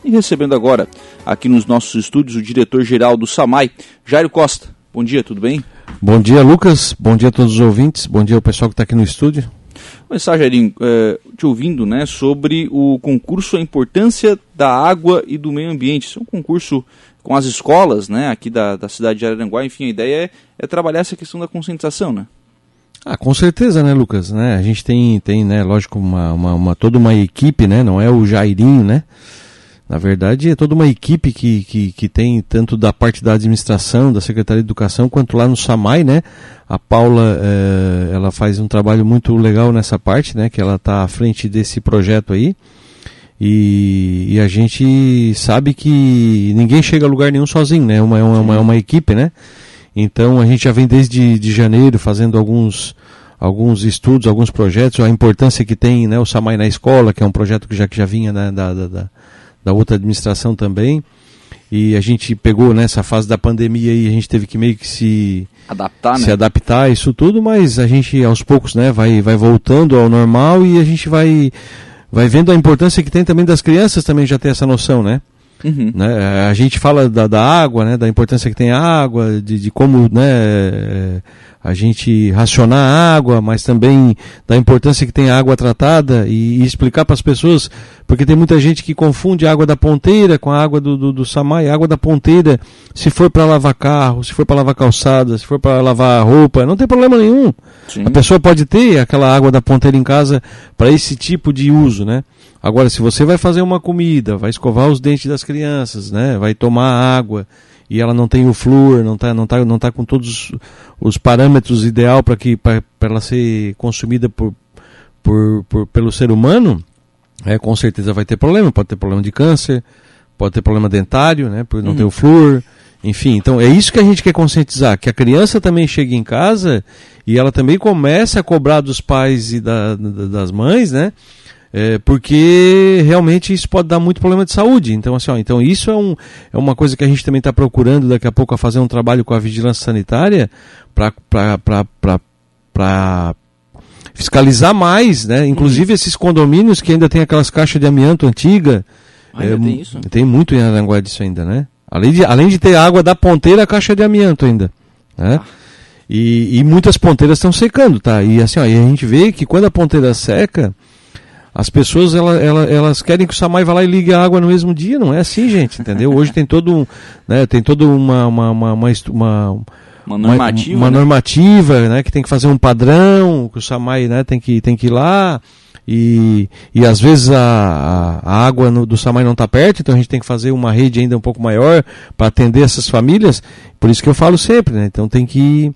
E recebendo agora, aqui nos nossos estúdios, o diretor-geral do SAMAI, Jairo Costa. Bom dia, tudo bem? Bom dia, Lucas. Bom dia a todos os ouvintes. Bom dia ao pessoal que está aqui no estúdio. Vou começar, Jairinho, te ouvindo, né, sobre o concurso A Importância da Água e do Meio Ambiente. Isso é um concurso com as escolas, né, aqui da cidade de Araranguá. Enfim, a ideia é trabalhar essa questão da conscientização, né? Com certeza, né, Lucas? Né? A gente tem, né, lógico, toda uma equipe, né? Não é o Jairinho, né? Na verdade, é toda uma equipe que tem tanto da parte da administração, da Secretaria de Educação, quanto lá no SAMAI, né? A Paula, ela faz um trabalho muito legal nessa parte, né? Que ela está à frente desse projeto aí. E a gente sabe que ninguém chega a lugar nenhum sozinho, né? É uma equipe, né? Então, a gente já vem desde janeiro fazendo alguns estudos, alguns projetos, a importância que tem, né, o SAMAI na escola, que é um projeto que já vinha, né, da outra administração também, e a gente pegou nessa fase da pandemia e a gente teve que meio que se adaptar a isso tudo, mas a gente aos poucos, né, vai voltando ao normal e a gente vai vendo a importância que tem também das crianças também já ter essa noção, né? Uhum. Né? A gente fala da água, né, da importância que tem a água, de como, né, a gente racionar a água, mas também da importância que tem a água tratada e explicar para as pessoas, porque tem muita gente que confunde a água da ponteira com a água do SAMAI. A água da ponteira, se for para lavar carro, se for para lavar calçada, se for para lavar roupa, não tem problema nenhum. Sim. A pessoa pode ter aquela água da ponteira em casa para esse tipo de uso, né? Agora, se você vai fazer uma comida, vai escovar os dentes das crianças, né? Vai tomar água e ela não tem o flúor, não tá com todos os parâmetros ideal para ela ser consumida pelo ser humano, com certeza vai ter problema. Pode ter problema de câncer, pode ter problema dentário, né? Por não ter o flúor. Enfim, então é isso que a gente quer conscientizar, que a criança também chegue em casa e ela também comece a cobrar dos pais e das mães, né? Porque realmente isso pode dar muito problema de saúde. Então, assim, então isso é uma coisa que a gente também está procurando daqui a pouco a fazer um trabalho com a vigilância sanitária para fiscalizar mais, né? Inclusive esses condomínios que ainda tem aquelas caixas de amianto antiga. Tem isso? Tem muito em Araranguá disso ainda, né? Além de ter água da ponteira, a caixa de amianto ainda, né? E muitas ponteiras estão secando, tá? E assim, e a gente vê que quando a ponteira seca, as pessoas elas querem que o SAMAI vá lá e ligue a água no mesmo dia. Não é assim, gente, entendeu? Hoje tem todo uma normativa, né, que tem que fazer um padrão, que o SAMAI, né, tem que ir lá e às vezes a água do SAMAI não está perto, então a gente tem que fazer uma rede ainda um pouco maior para atender essas famílias. Por isso que eu falo sempre, né? Então tem que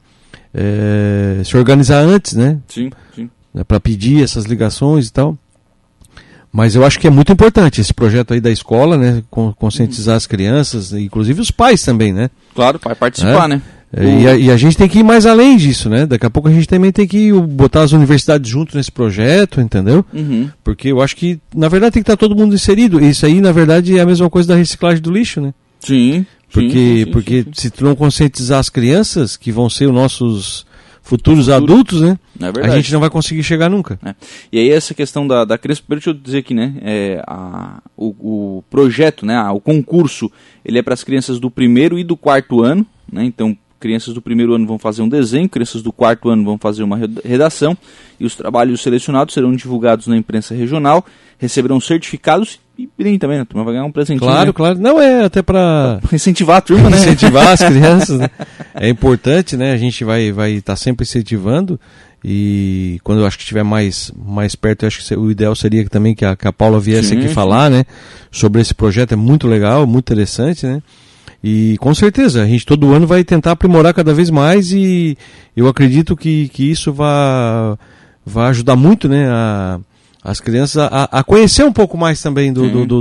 se organizar antes, né? Sim. Para pedir essas ligações e tal. Mas eu acho que é muito importante esse projeto aí da escola, né? Conscientizar as crianças, inclusive os pais também, né? Claro, pai participar, né? E a gente tem que ir mais além disso, né? Daqui a pouco a gente também tem que botar as universidades junto nesse projeto, entendeu? Uhum. Porque eu acho que, na verdade, tem que estar todo mundo inserido. Isso aí, na verdade, é a mesma coisa da reciclagem do lixo, né? Sim. Porque se tu não conscientizar as crianças, que vão ser os nossos futuros adultos, né? É a gente não vai conseguir chegar nunca. E aí essa questão da criança, primeiro deixa eu dizer aqui, né? O projeto, né? O concurso, ele é para as crianças do 1º e do 4º ano, né? Então, crianças do 1º ano vão fazer um desenho, crianças do 4º ano vão fazer uma redação, e os trabalhos selecionados serão divulgados na imprensa regional, receberão certificados e brinde também, né? A turma vai ganhar um presentinho. Claro, claro. Não, até para incentivar a turma, né? Incentivar as crianças, né? É importante, né? A gente vai estar sempre incentivando, e quando eu acho que estiver mais perto, eu acho que o ideal seria também que a Paula viesse aqui falar, né? Sobre esse projeto. É muito legal, muito interessante, né? E com certeza, a gente todo ano vai tentar aprimorar cada vez mais, e eu acredito que isso vai ajudar muito, né, as crianças a conhecer um pouco mais também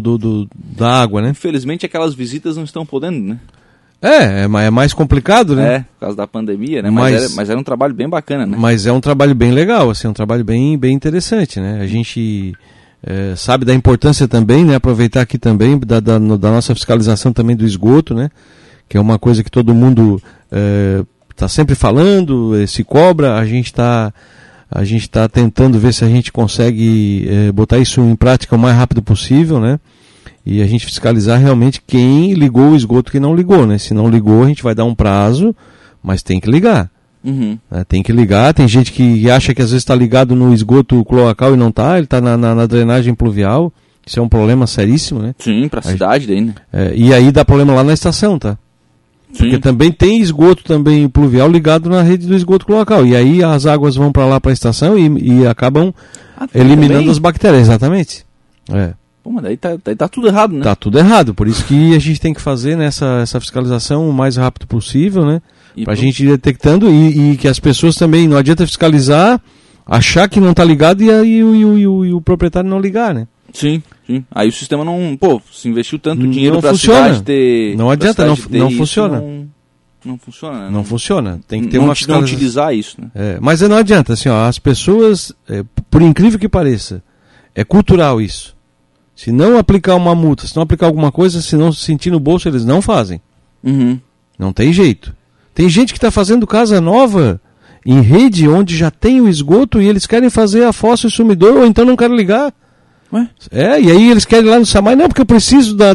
da água, né? Infelizmente aquelas visitas não estão podendo, né? É mais complicado, né? Por causa da pandemia, né? Mas era um trabalho bem bacana, né? Mas é um trabalho bem legal, assim, um trabalho bem interessante, né? A gente sabe da importância também, né? Aproveitar aqui também da nossa fiscalização também do esgoto, né? Que é uma coisa que todo mundo está sempre falando, se cobra. A gente está tentando ver se a gente consegue botar isso em prática o mais rápido possível, né? e a gente fiscalizar realmente quem ligou o esgoto e quem não ligou, né? Se não ligou, a gente vai dar um prazo, mas tem que ligar. Tem que ligar. Tem gente que acha que às vezes está ligado no esgoto cloacal e não está, ele está na drenagem pluvial. Isso é um problema seríssimo, né? Sim, para a cidade daí, né? E aí dá problema lá na estação, tá? Porque também tem esgoto também pluvial ligado na rede do esgoto cloacal. E aí as águas vão para lá para a estação e acabam eliminando também as bactérias, exatamente. Pô, mas daí tá tudo errado, né? Tá tudo errado, por isso que a gente tem que fazer, né, essa fiscalização o mais rápido possível, né? Pra gente ir detectando e que as pessoas também, não adianta fiscalizar, achar que não tá ligado e o proprietário não ligar, né? Sim. Aí o sistema não... Pô, se investiu tanto dinheiro pra funciona. Cidade ter... Não adianta, não funciona. Não funciona, né? Não funciona. Tem que ter uma fiscalização. Não utilizar isso, né? Mas não adianta, assim, ó, as pessoas, por incrível que pareça, é cultural isso. Se não aplicar uma multa, se não aplicar alguma coisa, se não sentir no bolso, eles não fazem. Não tem jeito. Tem gente que está fazendo casa nova em rede onde já tem o esgoto e eles querem fazer a fossa e sumidor ou então não querem ligar. Ué? E aí eles querem ir lá no SAMAI, não, porque eu preciso da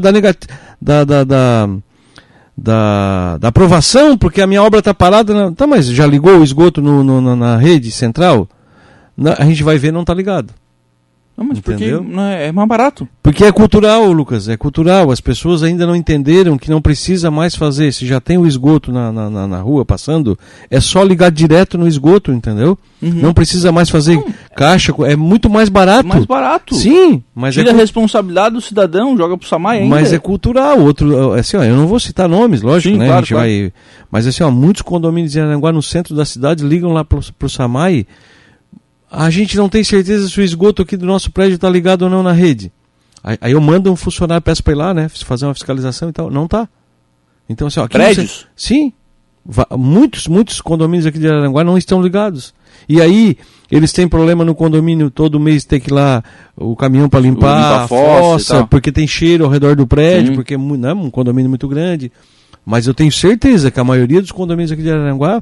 aprovação, porque a minha obra está parada. Tá, mas já ligou o esgoto na rede central? A gente vai ver, não está ligado. Não, mas entendeu? Porque é mais barato. Porque é cultural, Lucas, é cultural. As pessoas ainda não entenderam que não precisa mais fazer. Se já tem o esgoto na rua passando, é só ligar direto no esgoto, entendeu? Não precisa mais fazer caixa, é muito mais barato. Mais barato? Sim, mas tira a responsabilidade do cidadão, joga pro SAMAI ainda. Mas é cultural. Assim, eu não vou citar nomes, lógico, né? Claro, a gente vai. Mas assim, muitos condomínios em Araranguá, no centro da cidade, ligam lá pro SAMAI. A gente não tem certeza se o esgoto aqui do nosso prédio está ligado ou não na rede. Aí eu mando um funcionário, peço para ir lá, né, fazer uma fiscalização e tal. Não tá. Então, assim, aqui prédios? Sim. Muitos condomínios aqui de Araranguá não estão ligados. E aí, eles têm problema no condomínio, todo mês ter que ir lá o caminhão para limpar a fossa, porque tem cheiro ao redor do prédio, porque é um condomínio muito grande. Mas eu tenho certeza que a maioria dos condomínios aqui de Araranguá,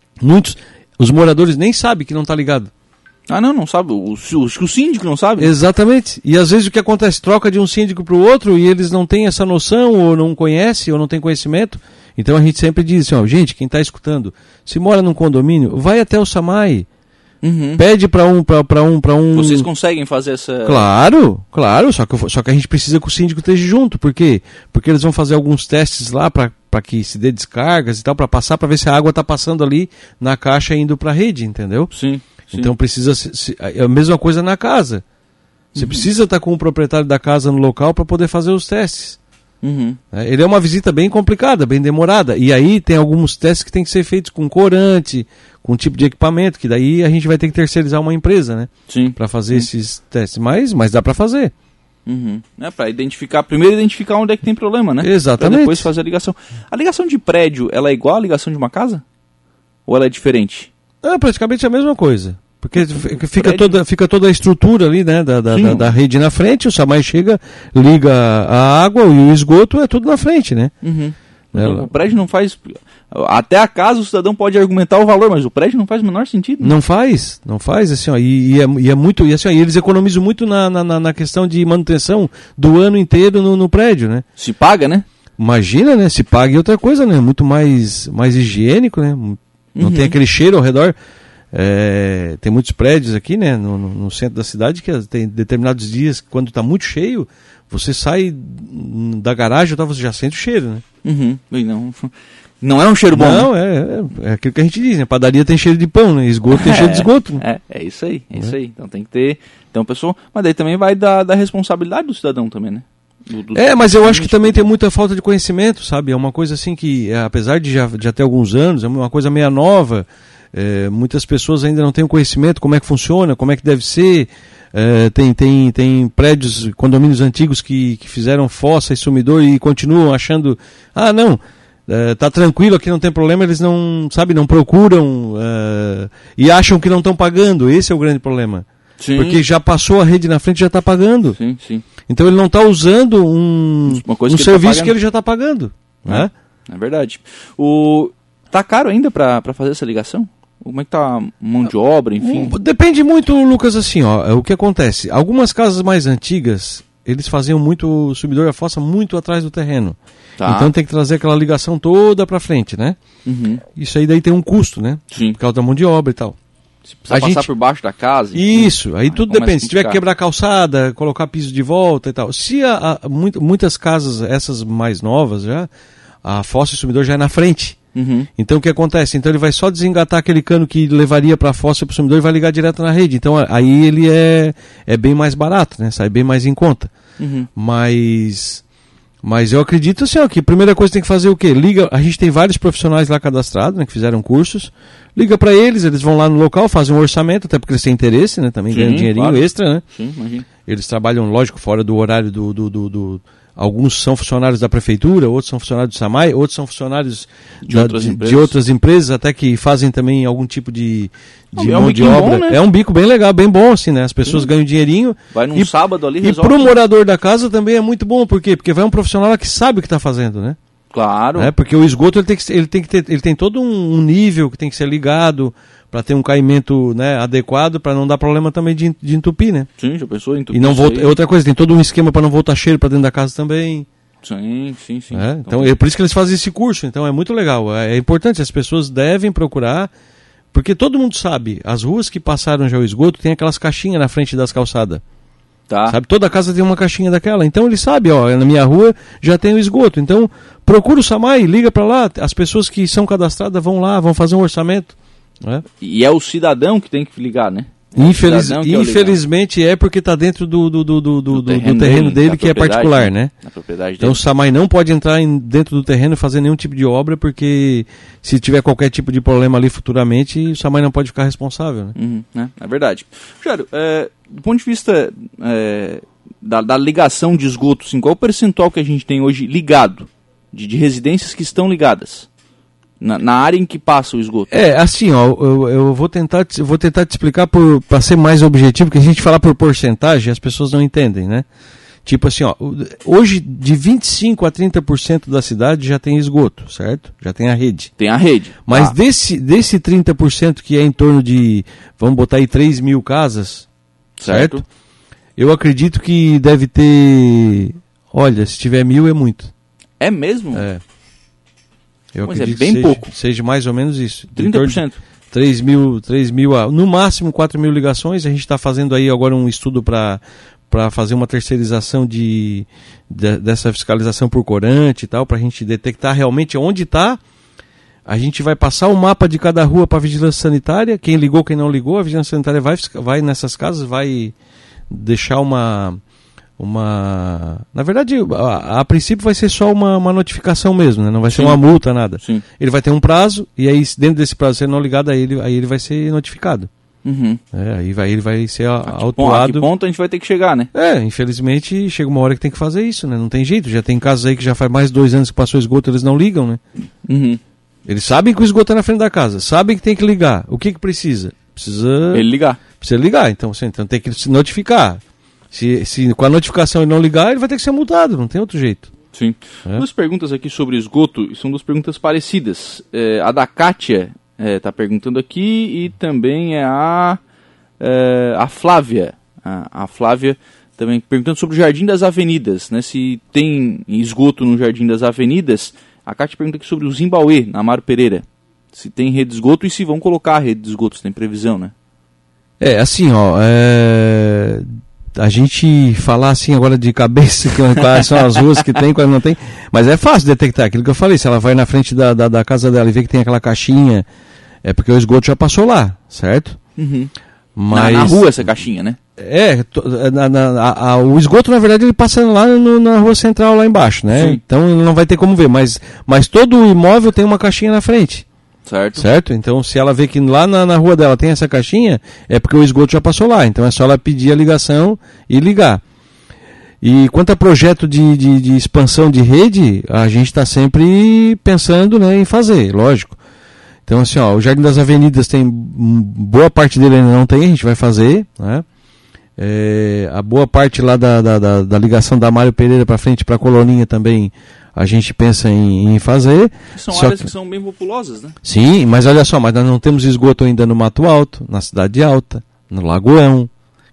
os moradores nem sabem que não está ligado. Não sabe. O síndico não sabe. Exatamente. E às vezes o que acontece? Troca de um síndico para o outro e eles não têm essa noção, ou não conhecem, ou não têm conhecimento. Então a gente sempre diz assim, gente, quem está escutando, se mora num condomínio, vai até o SAMAI. Pede para um... Vocês conseguem fazer essa... Claro. Só que a gente precisa que o síndico esteja junto. Por quê? Porque eles vão fazer alguns testes lá para que se dê descargas e tal, para passar, para ver se a água está passando ali na caixa indo para a rede, entendeu? Sim. Então precisa é a mesma coisa na casa. Você precisa estar com o proprietário da casa no local para poder fazer os testes. Ele é uma visita bem complicada, bem demorada. E aí tem alguns testes que tem que ser feitos com corante, com tipo de equipamento, que daí a gente vai ter que terceirizar uma empresa, né? Para fazer esses testes. Mas dá para fazer. Para primeiro identificar onde é que tem problema, né? Exatamente. Para depois fazer a ligação. A ligação de prédio, ela é igual à ligação de uma casa? Ou ela é diferente? É praticamente a mesma coisa. Porque fica toda a estrutura ali, né, da rede na frente, o SAMAI chega, liga a água e o esgoto, é tudo na frente, né? O prédio não faz... Até a casa o cidadão pode argumentar o valor, mas o prédio não faz o menor sentido. Né? Não faz, assim, e é muito... E assim, eles economizam muito na questão de manutenção do ano inteiro no prédio, né? Se paga, né? Imagina, né? Se paga e outra coisa, né? Muito mais higiênico, né? Não tem aquele cheiro ao redor. Tem muitos prédios aqui, né, no centro da cidade, que tem determinados dias, quando está muito cheio, você sai da garagem, você já sente o cheiro, né? Não é um cheiro bom. Não, é aquilo que a gente diz, né? Padaria tem cheiro de pão, né? Esgoto tem cheiro de esgoto. Né? É isso aí, isso aí. Então tem que ter... Então, pessoal, mas daí também vai da responsabilidade do cidadão também, né? Mas eu acho que também tem muita falta de conhecimento, sabe? É uma coisa assim que, apesar de já ter alguns anos, é uma coisa meio nova. Muitas pessoas ainda não têm o conhecimento, como é que funciona, como é que deve ser. Tem prédios, condomínios antigos que fizeram fossa e sumidor e continuam achando, tá tranquilo, aqui não tem problema, eles não procuram e acham que não estão pagando. Esse é o grande problema. Sim. Porque já passou a rede na frente e já está pagando. Sim. Então ele não está usando um serviço que ele já está pagando. Né? É verdade. Tá caro ainda para fazer essa ligação? Como é que tá a mão de obra, enfim? Depende muito, Lucas, assim, o que acontece. Algumas casas mais antigas, eles faziam muito o subidor da fossa muito atrás do terreno. Tá. Então tem que trazer aquela ligação toda para frente, né? Isso aí daí tem um custo, né? Sim. Por causa da mão de obra e tal. Se precisar passar por baixo da casa. Isso, aí tudo depende. Se tiver que quebrar a calçada, colocar piso de volta e tal. Se muitas casas, essas mais novas já, a fossa e o sumidor já é na frente. Então o que acontece? Então ele vai só desengatar aquele cano que levaria para a fossa e para o sumidor e vai ligar direto na rede. Então aí ele é bem mais barato, né? Sai bem mais em conta. Mas eu acredito assim, ó, que a primeira coisa que tem que fazer é o quê? Liga, a gente tem vários profissionais lá cadastrados, né, que fizeram cursos. Liga para eles vão lá no local, fazem um orçamento, até porque eles têm interesse, né? Também ganham um dinheirinho extra, né? Sim, imagina. Eles trabalham, lógico, fora do horário alguns são funcionários da prefeitura, outros são funcionários do SAMAI, outros são funcionários de outras empresas, até que fazem também algum tipo de mão de obra. Bom, né? É um bico bem legal, bem bom, assim, né? As pessoas ganham dinheirinho. Vai num sábado ali, resolve. E pro morador da casa também é muito bom, por quê? Porque vai um profissional lá que sabe o que está fazendo, né? Claro. Porque o esgoto ele tem todo um nível que tem que ser ligado para ter um caimento, né, adequado, para não dar problema também de entupir, né? Sim, já pensou em entupir. E não outra coisa, tem todo um esquema para não voltar cheiro para dentro da casa também. Sim. Então é por isso que eles fazem esse curso, então é muito legal. É importante, as pessoas devem procurar, porque todo mundo sabe, as ruas que passaram já o esgoto tem aquelas caixinhas na frente das calçadas. Tá. Sabe, toda casa tem uma caixinha daquela. Então ele sabe, ó, na minha rua já tem o esgoto. Então procura o SAMAI, liga para lá. As pessoas que são cadastradas vão lá, vão fazer um orçamento. Né? E é o cidadão que tem que ligar, né? Infelizmente é porque está dentro do terreno dele que é particular, né? Na propriedade então dele. O SAMAI não pode entrar dentro do terreno e fazer nenhum tipo de obra, porque se tiver qualquer tipo de problema ali futuramente, o SAMAI não pode ficar responsável, né? É verdade. Rogério, do ponto de vista da ligação de esgoto, assim, qual é o percentual que a gente tem hoje ligado, de residências que estão ligadas? Na área em que passa o esgoto. Assim, ó, eu vou tentar te explicar para ser mais objetivo, porque a gente falar por porcentagem, as pessoas não entendem, né? Tipo assim, ó, hoje de 25% a 30% da cidade já tem esgoto, certo? Já tem a rede. Tem a rede. Mas desse 30% que é em torno de, vamos botar aí 3 mil casas, certo? Eu acredito que deve ter, olha, se tiver 1.000 é muito. É mesmo? Eu Mas acredito bem pouco. Seja mais ou menos isso. 30%. 3 mil, no máximo 4 mil ligações. A gente está fazendo aí agora um estudo para fazer uma terceirização dessa fiscalização por corante e tal, para a gente detectar realmente onde está. A gente vai passar o mapa de cada rua para a vigilância sanitária. Quem ligou, quem não ligou, a vigilância sanitária vai nessas casas, vai deixar na verdade, a princípio vai ser só uma notificação mesmo, né? Não vai ser uma multa, nada. Sim. Ele vai ter um prazo, e aí dentro desse prazo, se ele não ligado, aí ele vai ser notificado. Aí ele vai ser autuado. A que ponto a gente vai ter que chegar, né? Infelizmente chega uma hora que tem que fazer isso, né? Não tem jeito, já tem casos aí que já faz mais de 2 anos que passou esgoto, eles não ligam, né? Eles sabem que o esgoto é na frente da casa, sabem que tem que ligar. O que precisa? Precisa ligar, então tem que se notificar. Se com a notificação ele não ligar, ele vai ter que ser multado, não tem outro jeito. Sim. 2 perguntas aqui sobre esgoto, e são 2 perguntas parecidas. A da Kátia está perguntando aqui, e também a Flávia. A Flávia também perguntando sobre o Jardim das Avenidas, né? Se tem esgoto no Jardim das Avenidas. A Kátia pergunta aqui sobre o Zimbauê, na Amaro Pereira. Se tem rede de esgoto e se vão colocar a rede de esgoto, se tem previsão, né? Assim, ó, a gente falar assim agora de cabeça, quais são as ruas que tem, quais não tem, mas é fácil detectar, aquilo que eu falei, se ela vai na frente da casa dela e vê que tem aquela caixinha, é porque o esgoto já passou lá, certo? Mas na rua essa caixinha, né? O esgoto, na verdade, ele passa lá na rua central, lá embaixo, né? Sim. Então ele não vai ter como ver, mas todo o imóvel tem uma caixinha na frente. Certo? Então, se ela vê que lá na rua dela tem essa caixinha, é porque o esgoto já passou lá. Então, é só ela pedir a ligação e ligar. E quanto a projeto de expansão de rede, a gente está sempre pensando, né, em fazer, lógico. Então, assim, ó, o Jardim das Avenidas tem, boa parte dele ainda não tem, a gente vai fazer, né? A boa parte lá da ligação da Mário Pereira para frente, para a Coloninha também, a gente pensa em fazer. São áreas que são bem populosas, né? Sim, mas olha só, mas nós não temos esgoto ainda no Mato Alto, na Cidade Alta, no Lagoão,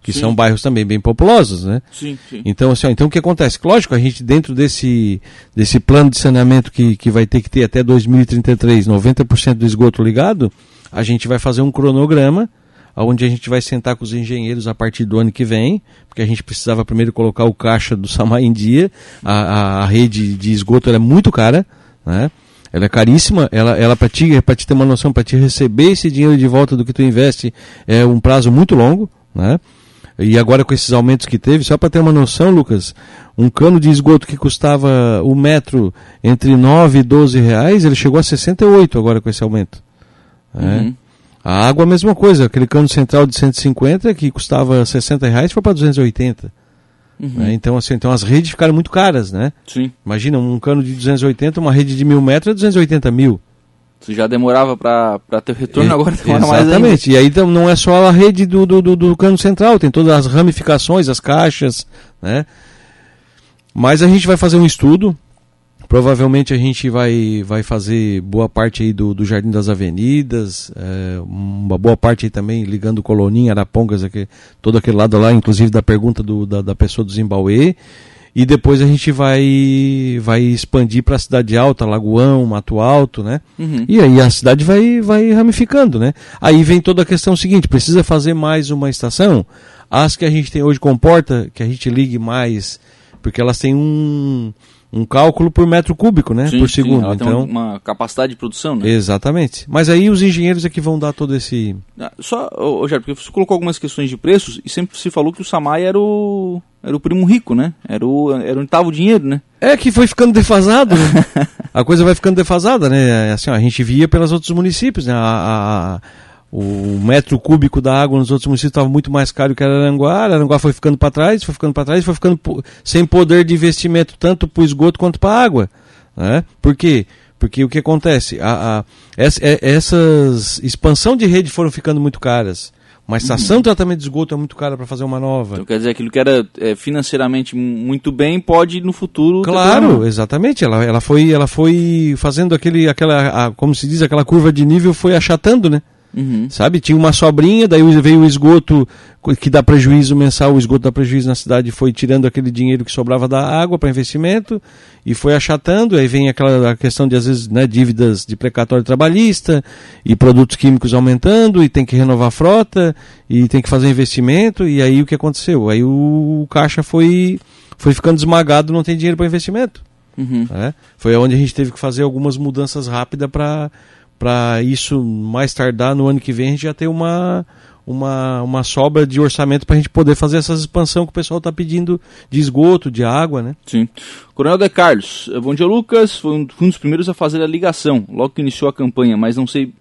que são bairros também bem populosos, né? Sim. Então, assim, então o que acontece? Lógico, a gente dentro desse plano de saneamento que vai ter que ter até 2033, 90% do esgoto ligado, a gente vai fazer um cronograma, onde a gente vai sentar com os engenheiros a partir do ano que vem, porque a gente precisava primeiro colocar o caixa do SAMAI em dia, a rede de esgoto ela é muito cara, né? Ela é caríssima, ela para te ter uma noção, para te receber esse dinheiro de volta do que tu investe, é um prazo muito longo, né? E agora com esses aumentos que teve, só para ter uma noção, Lucas, um cano de esgoto que custava o metro entre 9 e 12 reais, ele chegou a 68 agora com esse aumento. Né? A água a mesma coisa, aquele cano central de 150 que custava 60 reais foi para 280. Né? Então, assim, então as redes ficaram muito caras, né? Sim. Imagina, um cano de 280, uma rede de 1.000 metros é 280 mil. Se já demorava para ter retorno, agora demora mais ainda. Exatamente, e aí então, não é só a rede do cano central, tem todas as ramificações, as caixas, né? Mas a gente vai fazer um estudo, provavelmente a gente vai fazer boa parte aí do Jardim das Avenidas, uma boa parte aí também ligando Coloninha, Arapongas, todo aquele lado lá, inclusive da pergunta da pessoa do Zimbauê. E depois a gente vai expandir para a Cidade Alta, Lagoão, Mato Alto, né? E aí a cidade vai ramificando, né? Aí vem toda a questão seguinte, precisa fazer mais uma estação? As que a gente tem hoje comporta que a gente ligue mais, porque elas têm um cálculo por metro cúbico, né? Por segundo. Ela então tem uma capacidade de produção, né? Exatamente. Mas aí os engenheiros é que vão dar todo esse... Só, Jair, porque você colocou algumas questões de preços e sempre se falou que o SAMAI era o primo rico, né? Era onde estava o dinheiro, né? É que foi ficando defasado, né? A coisa vai ficando defasada, né? Assim, a gente via pelos outros municípios, né? O metro cúbico da água nos outros municípios estava muito mais caro que Araranguá foi ficando para trás, foi ficando sem poder de investimento tanto para o esgoto quanto para a água. Né? Por quê? Porque o que acontece? Essas expansão de rede foram ficando muito caras. Uma estação de tratamento de esgoto é muito cara para fazer uma nova. Então quer dizer, aquilo que era financeiramente muito bem pode no futuro... Claro, exatamente. Ela foi fazendo como se diz, aquela curva de nível foi achatando, né? Sabe, tinha uma sobrinha, daí veio o esgoto que dá prejuízo mensal, o esgoto dá prejuízo na cidade, foi tirando aquele dinheiro que sobrava da água para investimento e foi achatando, aí vem a questão de às vezes, né, dívidas de precatório trabalhista e produtos químicos aumentando e tem que renovar a frota e tem que fazer investimento e aí o que aconteceu? Aí o caixa foi ficando esmagado, não tem dinheiro para investimento. Né? Foi onde a gente teve que fazer algumas mudanças rápidas para isso mais tardar no ano que vem a gente já ter uma sobra de orçamento para a gente poder fazer essa expansão que o pessoal está pedindo de esgoto, de água, né? Sim. Coronel De Carlos, bom dia, Lucas, foi um dos primeiros a fazer a ligação, logo que iniciou a campanha, mas não sei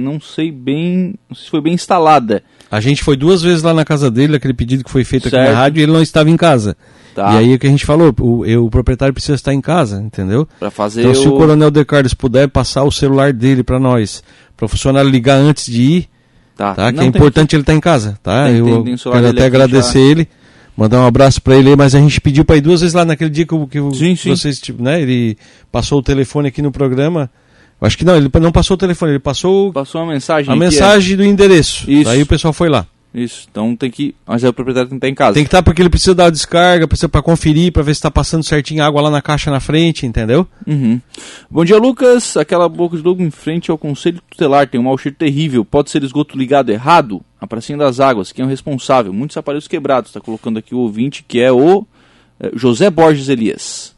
bem, não sei se foi bem instalada. A gente foi 2 vezes lá na casa dele, aquele pedido que foi feito aqui na rádio, e ele não estava em casa. Tá. E aí o que a gente falou, o proprietário precisa estar em casa, entendeu? Pra fazer então se o Coronel De Carlos puder passar o celular dele para nós, para o funcionário ligar antes de ir, tá? Que é importante ele estar em casa, tá? Eu quero até agradecer ele, mandar um abraço para ele, mas a gente pediu para ir 2 vezes lá naquele dia que vocês, né? Ele passou o telefone aqui no programa. Acho que não, ele não passou o telefone, ele passou uma mensagem. A mensagem do endereço. Isso. Aí o pessoal foi lá. Isso, então tem que... Mas aí o proprietário tem que estar em casa. Tem que estar porque ele precisa dar a descarga, precisa para conferir, para ver se está passando certinho a água lá na caixa na frente, entendeu? Bom dia, Lucas. Aquela boca de lobo em frente ao Conselho Tutelar tem um mau cheiro terrível. Pode ser esgoto ligado errado? A pracinha das águas, quem é o responsável? Muitos aparelhos quebrados. Está colocando aqui o ouvinte, que é o José Borges Elias.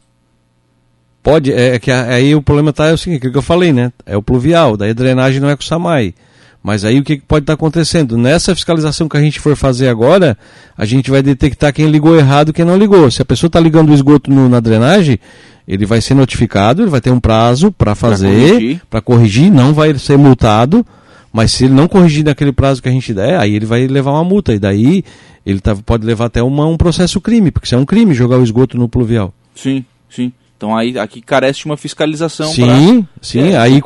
Pode, que aí o problema é o seguinte, aquilo que eu falei, né? É o pluvial, daí a drenagem não é com o SAMAI. Mas aí o que pode estar acontecendo? Nessa fiscalização que a gente for fazer agora, a gente vai detectar quem ligou errado e quem não ligou. Se a pessoa está ligando o esgoto na drenagem, ele vai ser notificado, ele vai ter um prazo para fazer, para corrigir, não vai ser multado, mas se ele não corrigir naquele prazo que a gente der, aí ele vai levar uma multa. E daí ele pode levar até um processo crime, porque isso é um crime jogar o esgoto no pluvial. Sim. Então aí aqui carece de uma fiscalização. Sim. Aí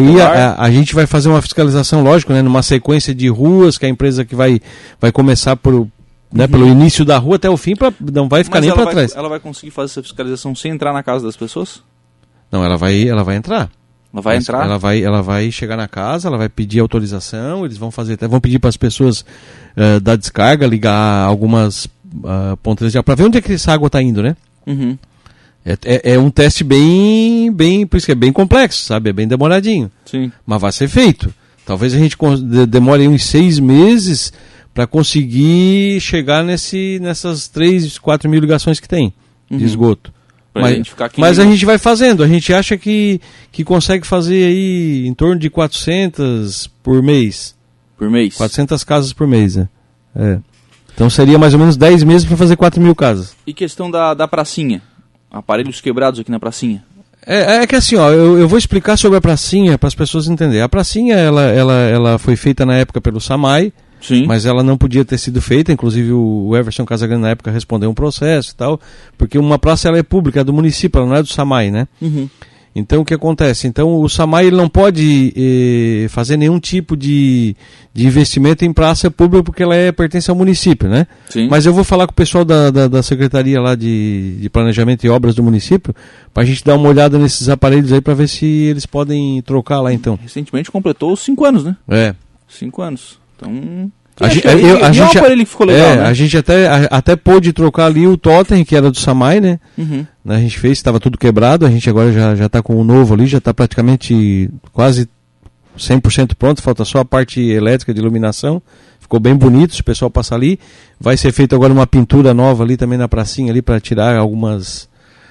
a gente vai fazer uma fiscalização, lógico, né, numa sequência de ruas que a empresa que vai começar pelo início da rua até o fim, não vai ficar nem para trás. Ela vai conseguir fazer essa fiscalização sem entrar na casa das pessoas? Não, ela vai entrar. Ela vai entrar? Ela vai chegar na casa, ela vai pedir autorização, eles vão pedir para as pessoas dar descarga, ligar algumas ponteiras de água, para ver onde é que essa água está indo, né? Uhum. É um teste bem, por isso que é bem complexo, sabe? É bem demoradinho. Sim. Mas vai ser feito. Talvez a gente demore uns 6 meses para conseguir chegar nessas 3, 4 mil ligações que tem de esgoto. Mas a gente vai fazendo. A gente acha que consegue fazer aí em torno de 400 por mês. Por mês? 400 casas por mês, né? Então seria mais ou menos 10 meses para fazer 4 mil casas. E questão da pracinha? Aparelhos quebrados aqui na pracinha? É que assim, ó, eu vou explicar sobre a pracinha para as pessoas entenderem. A pracinha, ela foi feita na época pelo SAMAI, sim, mas ela não podia ter sido feita. Inclusive o Everson Casagrande na época respondeu um processo e tal, porque uma praça ela é pública, é do município, ela não é do SAMAI, né? Uhum. Então o que acontece? Então o SAMAI ele não pode fazer nenhum tipo de investimento em praça pública porque ela pertence ao município, né? Sim. Mas eu vou falar com o pessoal da Secretaria lá de Planejamento e Obras do município para a gente dar uma olhada nesses aparelhos aí para ver se eles podem trocar lá então. Recentemente completou os 5 anos, né? 5 anos. Então... A gente ficou legal, né? A gente até pôde trocar ali o totem, que era do SAMAI, né? Uhum. A gente fez, estava tudo quebrado, a gente agora já está com o novo ali, já está praticamente quase 100% pronto, falta só a parte elétrica de iluminação, ficou bem bonito, se o pessoal passar ali, vai ser feita agora uma pintura nova ali também na pracinha ali para tirar algumas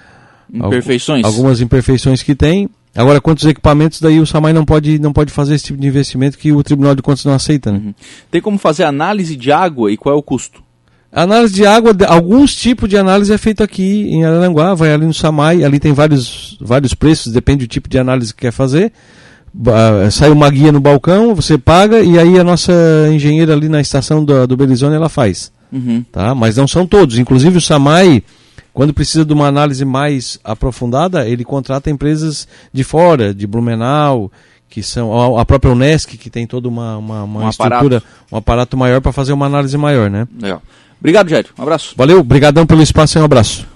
imperfeições que tem. Agora, quantos equipamentos daí o SAMAI não pode fazer esse tipo de investimento que o Tribunal de Contas não aceita, né? Uhum. Tem como fazer análise de água e qual é o custo? Análise de água, alguns tipos de análise é feito aqui em Araranguá, vai ali no SAMAI, ali tem vários preços, depende do tipo de análise que quer fazer. Sai uma guia no balcão, você paga e aí a nossa engenheira ali na estação do Belizone ela faz. Uhum. Tá? Mas não são todos, inclusive o SAMAI, quando precisa de uma análise mais aprofundada, ele contrata empresas de fora, de Blumenau, que são a própria Unesc, que tem toda uma estrutura, um aparato maior para fazer uma análise maior, né? Legal. Obrigado, Jair. Um abraço. Valeu, brigadão pelo espaço e um abraço.